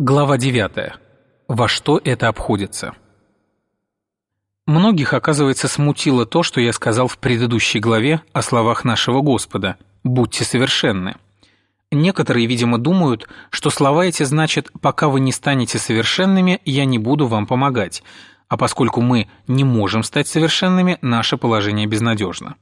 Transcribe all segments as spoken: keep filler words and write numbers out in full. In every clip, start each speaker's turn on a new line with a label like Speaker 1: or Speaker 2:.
Speaker 1: Глава девятая. Во что это обходится? Многих, оказывается, смутило то, что я сказал в предыдущей главе о словах нашего Господа «Будьте совершенны». Некоторые, видимо, думают, что слова эти значат «пока вы не станете совершенными, я не буду вам помогать», а поскольку мы не можем стать совершенными, наше положение безнадежно.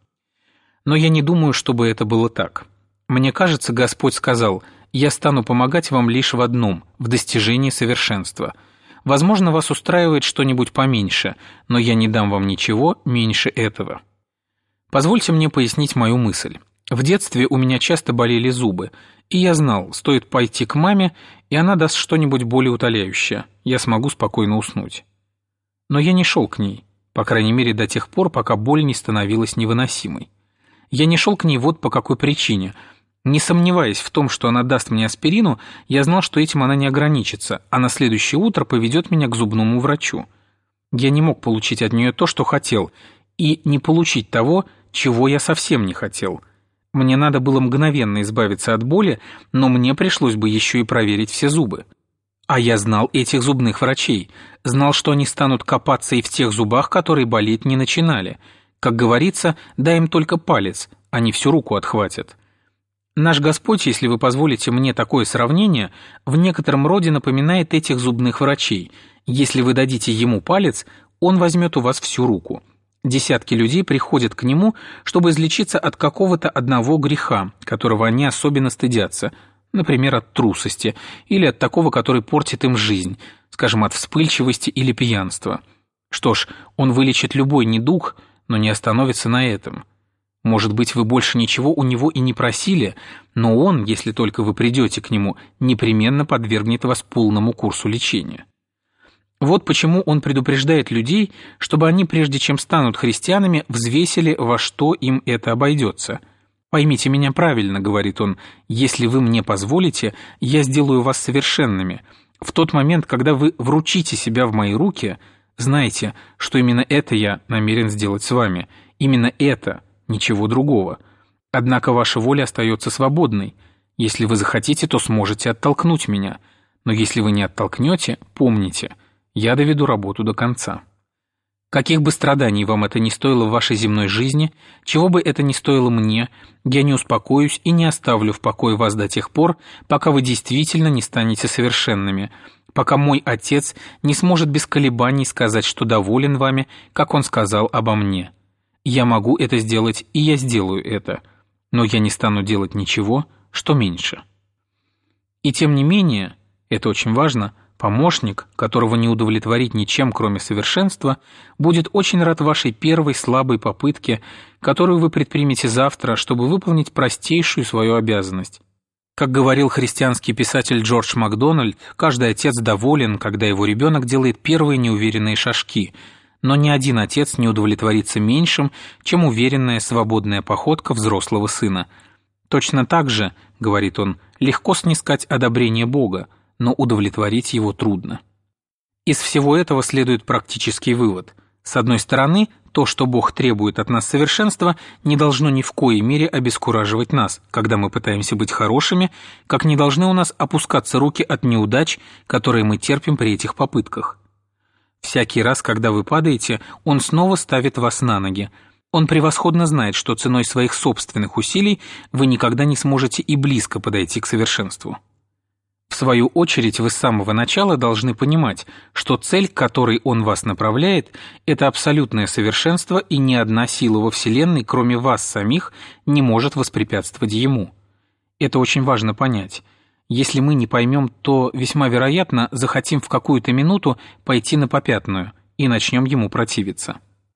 Speaker 1: Но я не думаю, чтобы это было так. Мне кажется, Господь сказал «Я стану помогать вам лишь в одном – в достижении совершенства». Возможно, вас устраивает что-нибудь поменьше, но я не дам вам ничего меньше этого. Позвольте мне пояснить мою мысль. В детстве у меня часто болели зубы, и я знал, стоит пойти к маме, и она даст что-нибудь более утоляющее, я смогу спокойно уснуть. Но я не шел к ней, по крайней мере до тех пор, пока боль не становилась невыносимой. Я не шел к ней вот по какой причине. Не сомневаясь в том, что она даст мне аспирину, я знал, что этим она не ограничится, а на следующее утро поведет меня к зубному врачу. Я не мог получить от нее то, что хотел, и не получить того, чего я совсем не хотел. Мне надо было мгновенно избавиться от боли, но мне пришлось бы еще и проверить все зубы. А я знал этих зубных врачей, знал, что они станут копаться и в тех зубах, которые болеть не начинали. Как говорится, дай им только палец, они всю руку отхватят. Наш Господь, если вы позволите мне такое сравнение, в некотором роде напоминает этих зубных врачей. Если вы дадите ему палец, он возьмет у вас всю руку. Десятки людей приходят к нему, чтобы излечиться от какого-то одного греха, которого они особенно стыдятся, например, от трусости, или от такого, который портит им жизнь, скажем, от вспыльчивости или пьянства. Что ж, он вылечит любой недуг, но не остановится на этом. Может быть, вы больше ничего у него и не просили, но он, если только вы придете к нему, непременно подвергнет вас полному курсу лечения. Вот почему он предупреждает людей, чтобы они, прежде чем станут христианами, взвесили, во что им это обойдется. «Поймите меня правильно», — говорит он, — «если вы мне позволите, я сделаю вас совершенными. В тот момент, когда вы вручите себя в мои руки, знайте, что именно это я намерен сделать с вами, именно это, ничего другого. Однако ваша воля остается свободной. Если вы захотите, то сможете оттолкнуть меня. Но если вы не оттолкнете, помните, я доведу работу до конца. Каких бы страданий вам это ни стоило в вашей земной жизни, чего бы это ни стоило мне, я не успокоюсь и не оставлю в покое вас до тех пор, пока вы действительно не станете совершенными, пока мой Отец не сможет без колебаний сказать, что доволен вами, как Он сказал обо мне. Я могу это сделать, и я сделаю это, но я не стану делать ничего, что меньше. И тем не менее, это очень важно, помощник, которого не удовлетворить ничем, кроме совершенства, будет очень рад вашей первой слабой попытке, которую вы предпримете завтра, чтобы выполнить простейшую свою обязанность. Как говорил христианский писатель Джордж Макдональд, каждый отец доволен, когда его ребенок делает первые неуверенные шажки – но ни один отец не удовлетворится меньшим, чем уверенная свободная походка взрослого сына. Точно так же, говорит он, легко снискать одобрение Бога, но удовлетворить его трудно. Из всего этого следует практический вывод. С одной стороны, то, что Бог требует от нас совершенства, не должно ни в коей мере обескураживать нас, когда мы пытаемся быть хорошими, как не должны у нас опускаться руки от неудач, которые мы терпим при этих попытках. Всякий раз, когда вы падаете, он снова ставит вас на ноги. Он превосходно знает, что ценой своих собственных усилий вы никогда не сможете и близко подойти к совершенству. В свою очередь, вы с самого начала должны понимать, что цель, к которой он вас направляет, это абсолютное совершенство, и ни одна сила во Вселенной, кроме вас самих, не может воспрепятствовать ему. Это очень важно понять. Если мы не поймем, то, весьма вероятно, захотим в какую-то минуту пойти на попятную и начнем ему противиться.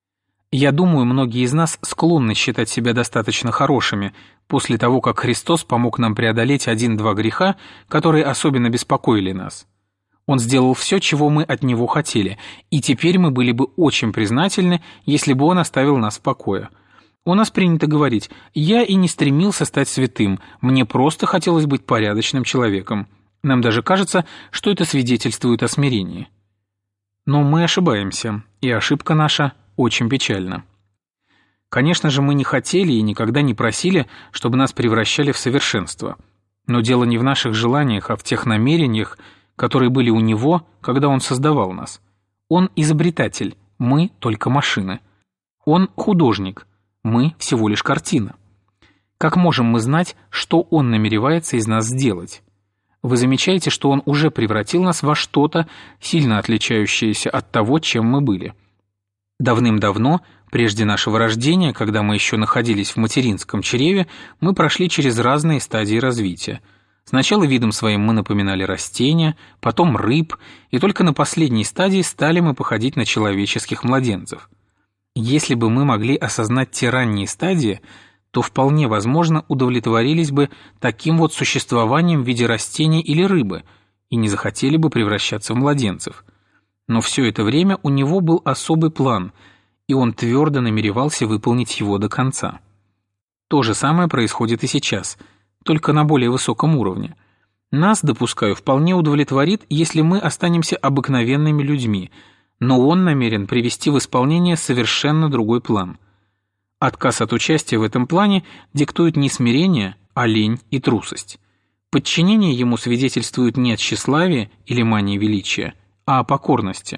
Speaker 1: Я думаю, многие из нас склонны считать себя достаточно хорошими после того, как Христос помог нам преодолеть один-два греха, которые особенно беспокоили нас. Он сделал все, чего мы от Него хотели, и теперь мы были бы очень признательны, если бы Он оставил нас в покое. У нас принято говорить: «Я и не стремился стать святым, мне просто хотелось быть порядочным человеком». Нам даже кажется, что это свидетельствует о смирении. Но мы ошибаемся, и ошибка наша очень печальна. Конечно же, мы не хотели и никогда не просили, чтобы нас превращали в совершенство. Но дело не в наших желаниях, а в тех намерениях, которые были у Него, когда Он создавал нас. Он изобретатель, мы только машины. Он художник, мы всего лишь картина. Как можем мы знать, что Он намеревается из нас сделать? Вы замечаете, что Он уже превратил нас во что-то, сильно отличающееся от того, чем мы были. Давным-давно, прежде нашего рождения, когда мы еще находились в материнском чреве, мы прошли через разные стадии развития. Сначала видом своим мы напоминали растения, потом рыб, и только на последней стадии стали мы походить на человеческих младенцев. Если бы мы могли осознать те ранние стадии, то вполне возможно удовлетворились бы таким вот существованием в виде растений или рыбы и не захотели бы превращаться в младенцев. Но все это время у него был особый план, и он твердо намеревался выполнить его до конца. То же самое происходит и сейчас, только на более высоком уровне. Нас, допускаю, вполне удовлетворит, если мы останемся обыкновенными людьми, но он намерен привести в исполнение совершенно другой план. Отказ от участия в этом плане диктует не смирение, а лень и трусость. Подчинение ему свидетельствует не о тщеславии или мании величия, а о покорности.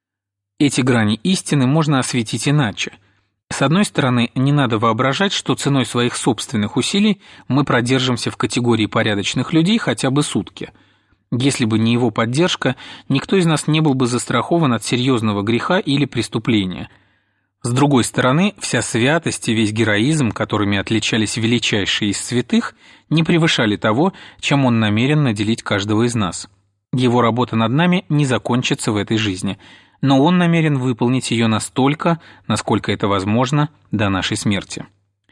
Speaker 1: Эти грани истины можно осветить иначе. С одной стороны, не надо воображать, что ценой своих собственных усилий мы продержимся в категории порядочных людей хотя бы сутки. Если бы не его поддержка, никто из нас не был бы застрахован от серьезного греха или преступления. С другой стороны, вся святость и весь героизм, которыми отличались величайшие из святых, не превышали того, чем он намерен наделить каждого из нас. Его работа над нами не закончится в этой жизни, но он намерен выполнить ее настолько, насколько это возможно, до нашей смерти.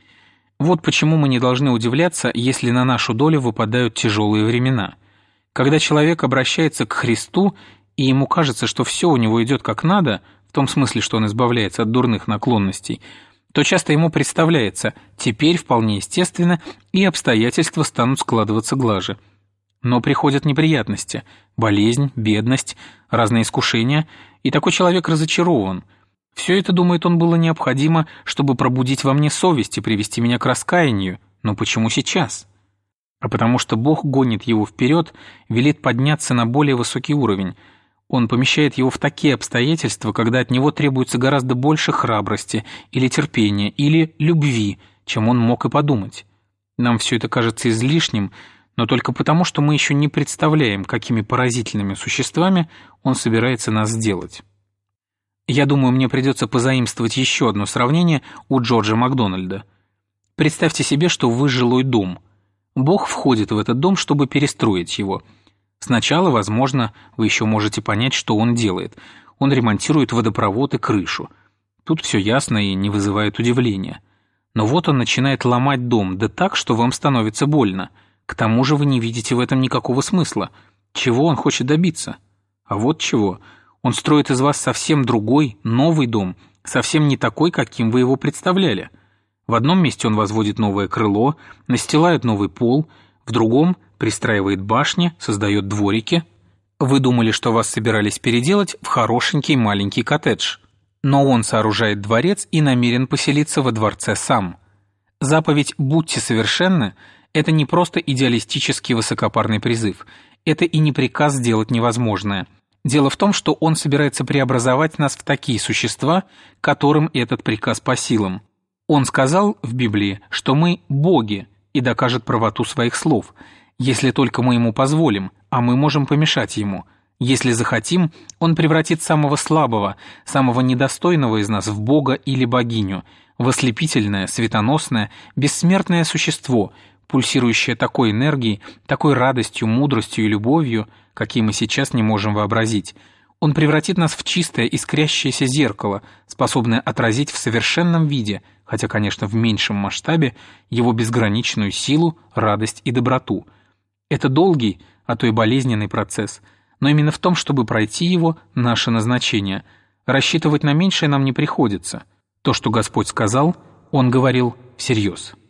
Speaker 1: Вот почему мы не должны удивляться, если на нашу долю выпадают тяжелые времена. Когда человек обращается к Христу, и ему кажется, что все у него идет как надо, в том смысле, что он избавляется от дурных наклонностей, то часто ему представляется, теперь вполне естественно, и обстоятельства станут складываться глаже. Но приходят неприятности, болезнь, бедность, разные искушения, и такой человек разочарован. Все это, думает он, было необходимо, чтобы пробудить во мне совесть и привести меня к раскаянию, но почему сейчас? А потому что Бог гонит его вперед, велит подняться на более высокий уровень. Он помещает его в такие обстоятельства, когда от него требуется гораздо больше храбрости или терпения, или любви, чем он мог и подумать. Нам все это кажется излишним, но только потому, что мы еще не представляем, какими поразительными существами он собирается нас сделать. Я думаю, мне придется позаимствовать еще одно сравнение у Джорджа Макдональда. Представьте себе, что вы жилой дом. Бог входит в этот дом, чтобы перестроить его. Сначала, возможно, вы еще можете понять, что он делает. Он ремонтирует водопровод и крышу. Тут все ясно и не вызывает удивления. Но вот он начинает ломать дом, да так, что вам становится больно. К тому же вы не видите в этом никакого смысла. Чего он хочет добиться? А вот чего. Он строит из вас совсем другой, новый дом, совсем не такой, каким вы его представляли. В одном месте он возводит новое крыло, настилает новый пол, в другом пристраивает башни, создает дворики. Вы думали, что вас собирались переделать в хорошенький маленький коттедж. Но он сооружает дворец и намерен поселиться во дворце сам. Заповедь «Будьте совершенны» — это не просто идеалистический высокопарный призыв, это и не приказ сделать невозможное. Дело в том, что он собирается преобразовать нас в такие существа, которым этот приказ по силам. Он сказал в Библии, что мы боги, и докажет правоту своих слов, если только мы ему позволим, а мы можем помешать ему. Если захотим, он превратит самого слабого, самого недостойного из нас в бога или богиню, в ослепительное, светоносное, бессмертное существо, пульсирующее такой энергией, такой радостью, мудростью и любовью, какие мы сейчас не можем вообразить. Он превратит нас в чистое, искрящееся зеркало, способное отразить в совершенном виде, хотя, конечно, в меньшем масштабе, его безграничную силу, радость и доброту. Это долгий, а то и болезненный процесс, но именно в том, чтобы пройти его, наше назначение. Рассчитывать на меньшее нам не приходится. То, что Господь сказал, Он говорил всерьез.